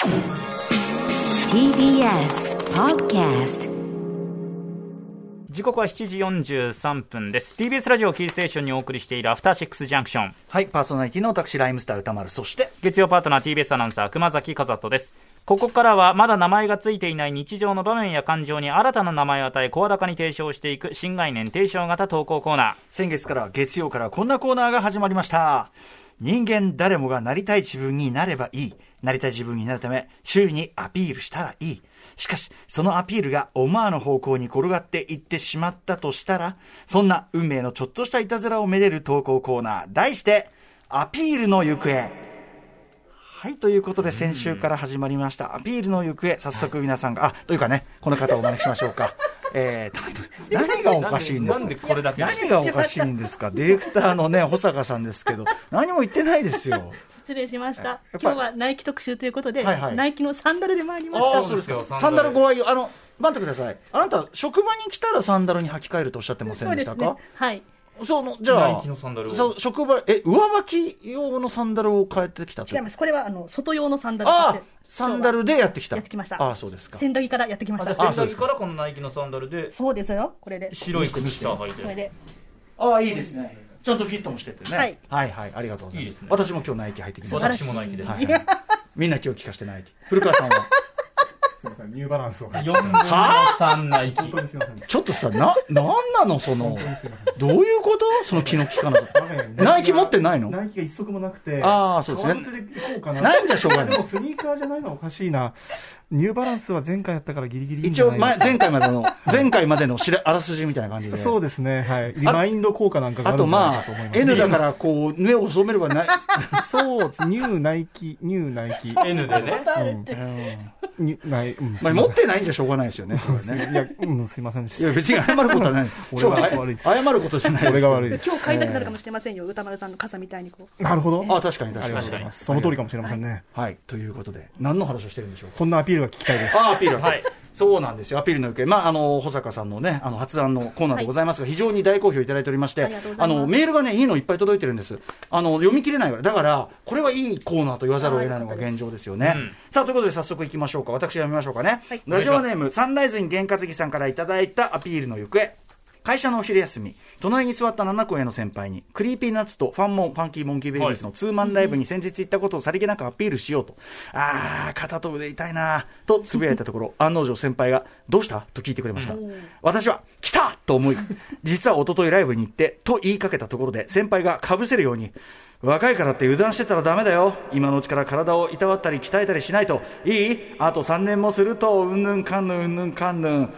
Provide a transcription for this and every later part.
TBS Podcast。 時刻は7時43分です。 TBS ラジオキーステーションにお送りしているアフターシックスジャンクション。 はい、パーソナリティの私ライムスター歌丸、そして月曜パートナー TBS アナウンサー熊崎和人です。ここからはまだ名前がついていない日常の場面や感情に新たな名前を与え声高に提唱していく新概念提唱型投稿コーナー。 先月から月曜からこんなコーナーが始まりました。人間誰もがなりたい自分になればいい。なりたい自分になるため周囲にアピールしたらいい。しかしそのアピールが思わぬ方向に転がっていってしまったとしたら、そんな運命のちょっとしたいたずらをめでる投稿コーナー、題してアピールの行方。はい、ということで先週から始まりましたアピールの行方。早速皆さんが、というかね、この方をお招きしましょうか。何がおかしいんですか。何がおかしいんですか。ディレクターのね保坂さんですけど、何も言ってないですよ。 失礼しました。今日はナイキ特集ということで、ナイキのサンダルで参りました。 ああ、そうですか。サンダルご愛用。待ってください。あなた職場に来たらサンダルに履き替えるとおっしゃってませんでしたか。 そうですね、はい。 じゃあナイキのサンダルを、 そう職場上履き用のサンダルを変えてきた。 違います。これは外用のサンダルとして。 サンダルでやってきました。 あ、 そうですか。 千駄木からやってきました。 千駄木からこのナイキのサンダルで。 そうですよ。これで白い靴下履いて。 これで。 いいですね。ちゃんとフィットもしててね。はいはい、ありがとうございます。いいですね。私も今日ナイキ履いてきました。 私もナイキです。 みんな今日聞かせてナイキ。古川さんは。 ニューバランスを 4分の3ナイキ。 ちょっとさ、なんなのその、どういうことその気の利かなさ。ナイキ持ってないの。 ナイキが一足もなくて、 そうですね。 革靴で行こうかな。 ないんじゃしょうがない。 でもスニーカーじゃないのはおかしいな。ニューバランスは前回やったからギリギリいいんじ一応ゃない前回までのあらすじみたいな感じで。 そうですね、はい。リマインド効果なんかがあるんじゃないかと思います。 N だからこう目を細めればない。 そう、ニューナイキ N でね。 持ってないんじゃしょうがないですよね。 いや、すいませんでした。 いや別に謝ることはない。 俺が悪いです。 謝ることじゃない。 俺が悪いです。 今日買いたくなるかもしれませんよ。歌丸さんの傘みたいにこう。 なるほど。 確かに。 その通りかもしれませんね。 はい。ということで何の話をしてるんでしょうか。 そんなアピールが聞きたいです。 アピール。はい。そうなんですよ。アピールの行方。保坂さんのね、発案のコーナーでございますが、非常に大好評いただいておりまして、メールがね、いいのいっぱい届いてるんです。読み切れないから。だから、これはいいコーナーと言わざるを得ないのが現状ですよね。さあ、ということで早速行きましょうか。私読みましょうかね。ラジオネーム、サンライズイン験担ぎさんからいただいたアピールの行方。会社のお昼休み、隣に座った7個上の先輩にクリーピーナッツとファンキーモンキーベイビーズのツーマンライブに先日行ったことをさりげなくアピールしようと、肩と腕痛いなとつぶやいたところ、案の定先輩がどうしたと聞いてくれました。私は来たと思い、実は一昨日ライブに行ってと言いかけたところで、先輩がかぶせるように、若いからって油断してたらダメだよ。今のうちから体をいたわったり鍛えたりしないといい。あと3年もするとうんぬんかんぬんうんぬんかんぬん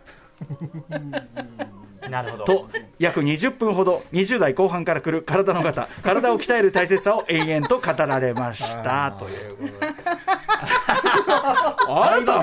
なるほど。 と約20分ほど20代後半から来る体の方、体を鍛える大切さを延々と語られましたということであなた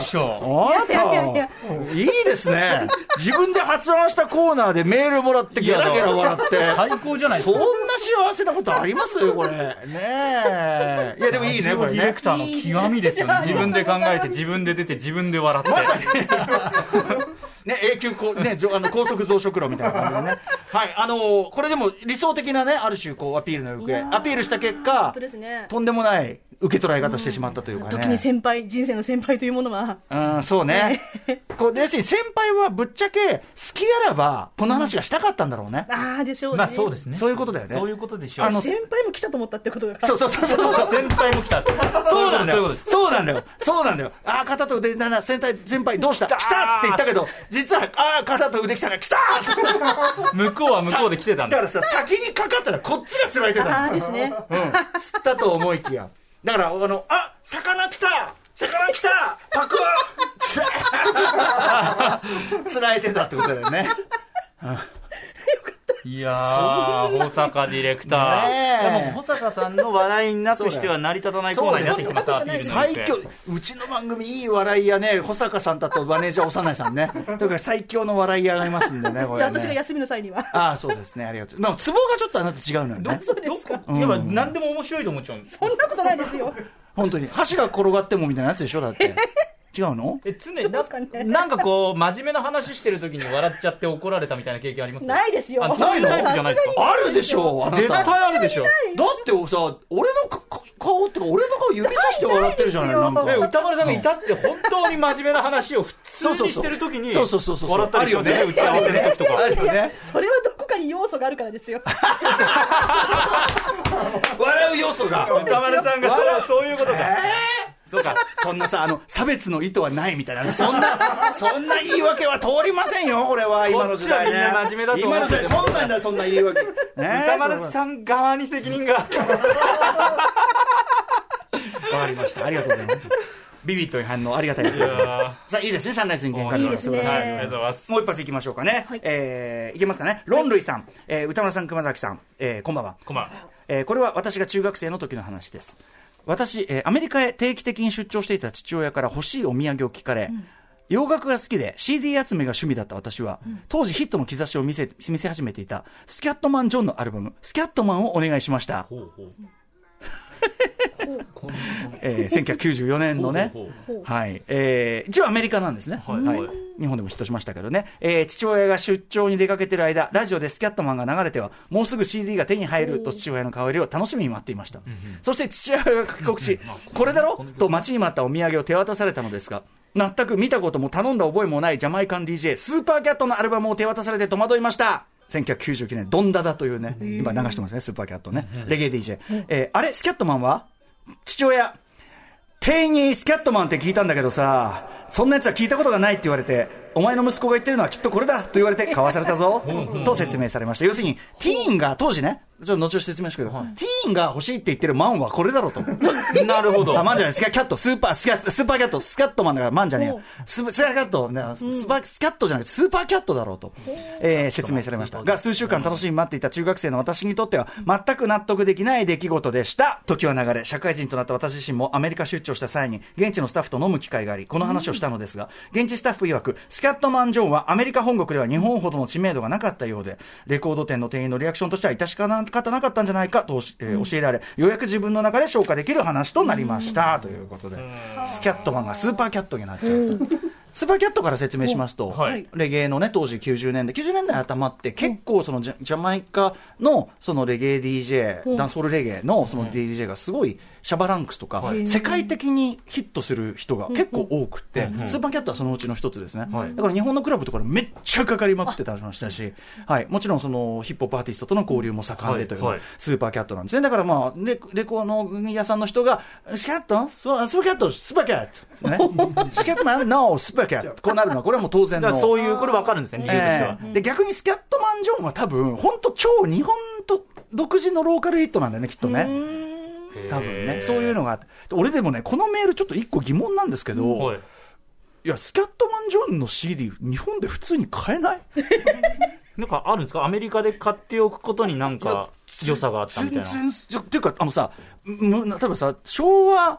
いいですね。自分で発案したコーナーでメールもらってゲラゲラ笑って最高じゃないですか。 そんな幸せなことありますこれねえ。いやでもいいね、これね。 ディレクターの極みですよね。自分で考えて自分で出て自分で笑って、 まさにね、永久高速増殖炉みたいな感じでね。はい、これでも理想的なね、ある種こうアピールの行方、アピールした結果、とんでもない受け捉え方してしまったというかね。 時に人生の先輩というものは。 そうね。こう、要するに先輩はぶっちゃけ好きあらば、この話がしたかったんだろうね。 でしょうね。 そうですね。 そういうことだよね。 そういうことでしょう。 先輩も来たと思ったってことが。 そう。 先輩も来た。 そうなんだよ。そうなんだよ。肩と腕だ先輩どうした来たって言ったけど、実は、肩と腕来たら来た向こうは向こうで来てたんだ。 だからさ、先にかかったらこっちが貫いてたですね。 釣ったと思いきや。だから魚来たパクッつらえてたってことだよね。 いやー、保坂ディレクター、でも保坂さんの笑いなくしては成り立たないコーナーになってきました。 最強、うちの番組いい笑い屋ね、保坂さんだとマネージャー長内さんねというか最強の笑い屋がいますんでね、これね。 じゃあ私が休みの際にはそうですね、ありがとう。でもツボがちょっとあなた違うのよね。 そうですか。 やっぱ何でも面白いと思っちゃうんです。 そんなことないですよ。 本当に箸が転がってもみたいなやつでしょだって違うの？ 常になんかこう真面目な話してる時に笑っちゃって怒られたみたいな経験あります？ ないですよ。 ないの？ じゃないですか。 あるでしょ、あなた。 絶対あるでしょ。だってさ、俺の顔ってか、俺の顔指さして笑ってるじゃない。なんか歌丸さんがいたって本当に真面目な話を普通にしてる時に笑ったりしますね。打ち合わせの時とか。 あるよね。それはどこかに要素があるからですよ。 笑う要素が。 歌丸さんがそういうことか。 そうか、そんなさ、差別の意図はないみたいな、そんな言い訳は通りませんよ、これは、今の時代ね。 こっちはみんな真面目だと思って。 今の時代、通んないんだよ、そんな言い訳。 歌丸さん側に責任が。わかりました。ありがとうございます。ビビッという反応ありがたいです。さあ、いいですね、サンライズに見解。 いいですね。 ありがとうございます。 もう一発いきましょうかね。いけますかね。ロンルイさん、歌丸さん、熊崎さん、こんばんは。 こんばんは。これは私が中学生の時の話です。私、アメリカへ定期的に出張していた父親から欲しいお土産を聞かれ、洋楽が好きで CD 集めが趣味だった私は、当時ヒットの兆しを見せ始めていたスキャットマン・ジョンのアルバムスキャットマンをお願いしました。1994年のね、はい、一応アメリカなんですね、はい、日本でもヒットしましたけどね、父親が出張に出かけている間、ラジオでスキャットマンが流れてはもうすぐ CD が手に入ると父親の代わりを楽しみに待っていました。そして父親が帰国しこれだろと待ちに待ったお土産を手渡されたのですが、全く見たことも頼んだ覚えもないジャマイカン DJ スーパーキャットのアルバムを手渡されて戸惑いました。1999年ドンダダというね、今流してますね、スーパーキャットね、レゲエ DJ、あれスキャットマンは父親、店員にスキャットマンって聞いたんだけどさ、そんなやつは聞いたことがないって言われて、お前の息子が言ってるのはきっとこれだと言われて買わされたぞと説明されました。要するにティーンが当時ね、ちょっと後ほど説明しますけど、ティーンが欲しいって言ってるマンはこれだろうと。 なるほど。 マンじゃない、スキャット、スーパーキャット、スキャットマンだからマンじゃねえよ。スキャット、スキャットじゃなくてスーパーキャットだろうと、説明されましたが、数週間楽しみに待っていた中学生の私にとっては全く納得できない出来事でした。時は流れ、社会人となった私自身もアメリカ出張した際に現地のスタッフと飲む機会があり、この話をしたのですが、現地スタッフ曰くスキャットマン・ジョンはアメリカ本国では日本ほどの知名度がなかったようで、レコード店の店員のリアクションとしては致し方なかったんじゃないかと、教えられ、ようやく自分の中で消化できる話となりましたということで、スキャットマンがスーパーキャットになっちゃうと。スーパーキャットから説明しますと、はい、レゲエのね、当時90年代頭って結構そのジャマイカのそのレゲエ DJ、ダンスホールレゲエのその DJ がすごいシャバランクスとか、世界的にヒットする人が結構多くって、スーパーキャットはそのうちの一つですね。だから日本のクラブとかでめっちゃかかりまくってたりましたし、はい、もちろんそのヒップホップアーティストとの交流も盛んでという、スーパーキャットなんですね。だからまあレコーの屋さんの人がスキャット、スーパーキャット、スーパーキャット、ね、スキャットマン、ノースーパーキャット、こうなるのはこれはもう当然の。 そういうこれ分かるんですね、理由としては。 で逆にスキャットマン・ジョンは多分本当超日本と独自のローカルヒットなんだよね、きっとね。多分ね、そういうのがあって、俺でもね、このメールちょっと一個疑問なんですけど、いやスキャットマン・ジョンの CD 日本で普通に買えない？ なんかあるんですか？アメリカで買っておくことになんか良さがあったみたいな。 全然っていうかさ、例えばさ、昭和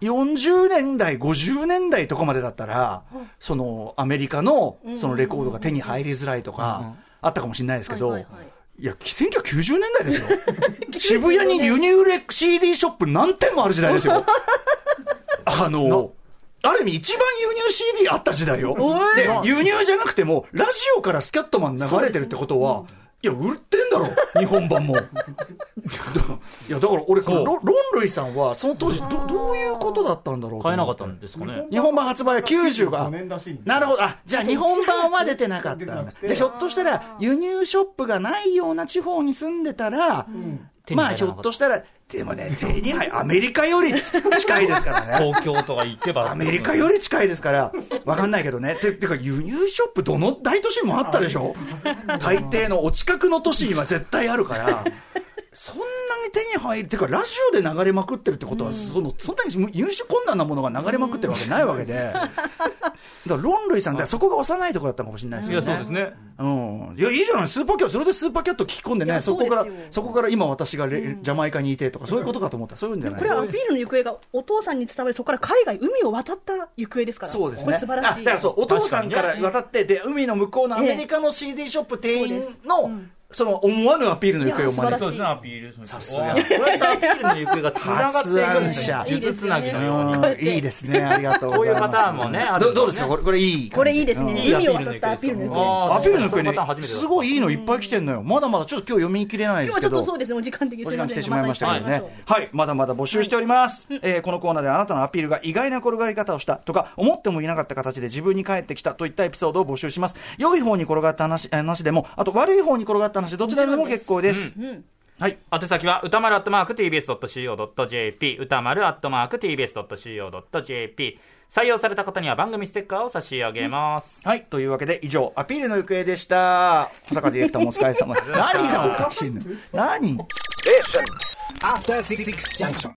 40年代50年代とかまでだったら、そのアメリカのそのレコードが手に入りづらいとかあったかもしれないですけど、いや1990年代ですよ。渋谷に輸入CD ショップ何店もある時代ですよ。ある意味一番輸入 CD あった時代よ。で輸入じゃなくてもラジオからスキャットマン流れてるってことは、いや売ってんだろ日本版も。いやだから俺ロンルイさんはその当時どういうことだったんだろう。 買えなかったんですかね。 日本版発売は90がなるほど。じゃあ日本版は出てなかったんだ。じゃあひょっとしたら輸入ショップがないような地方に住んでたら、まあひょっとしたらでもね、手に入アメリカより近いですからね。 東京とか行けばアメリカより近いですから分かんないけどね。てか輸入ショップどの大都市にもあったでしょ。大抵のお近くの都市には絶対あるから。そんなに手に入るっていうかラジオで流れまくってるってことは、そんなに入手困難なものが流れまくってるわけないわけで、だからロンルイさんってそこが幼いところだったかもしれないですよね。 いやそうですね。 いやいいじゃないスーパーキャット、それでスーパーキャット聞き込んでね、そこから今私がジャマイカにいてとかそういうことかと思ったらそういうんじゃない。 これはアピールの行方がお父さんに伝わり、そこから海外海を渡った行方ですから。 そうですね。 これ素晴らしい。 だからそうお父さんから渡ってで海の向こうのアメリカの CD ショップ店員のその思わぬアピールの行方を招く。 そうですね、アピール。 さすが。 こうやってアピールの行方がつながっていくんですよ。術つなぎのように。 いいですね、ありがとうございます。 こういうパターンもね、ある。 どうですか、これいい。 これいいですね。意味を渡ったアピールの行方。 アピールの行方ね、すごいいいのいっぱい来てんのよ。まだまだちょっと今日読み切れないですけど。 今日はちょっとそうですね、お時間的にお時間来てしまいましたけどね。はい、まだまだ募集しております。このコーナーであなたのアピールが意外な転がり方をしたとか、思ってもいなかった形で自分に返ってきたといったエピソードを募集します。良い方に転がった話でも、あと悪い方に転がった話、どちらでも結構です。はい。 宛先は歌丸@tbs.co.jp 歌丸@tbs.co.jp 採用された方には番組ステッカーを差し上げます。 はい。というわけで以上アピールの行方でした。小坂ディレクターもお疲れ様。何がおかしいの？何？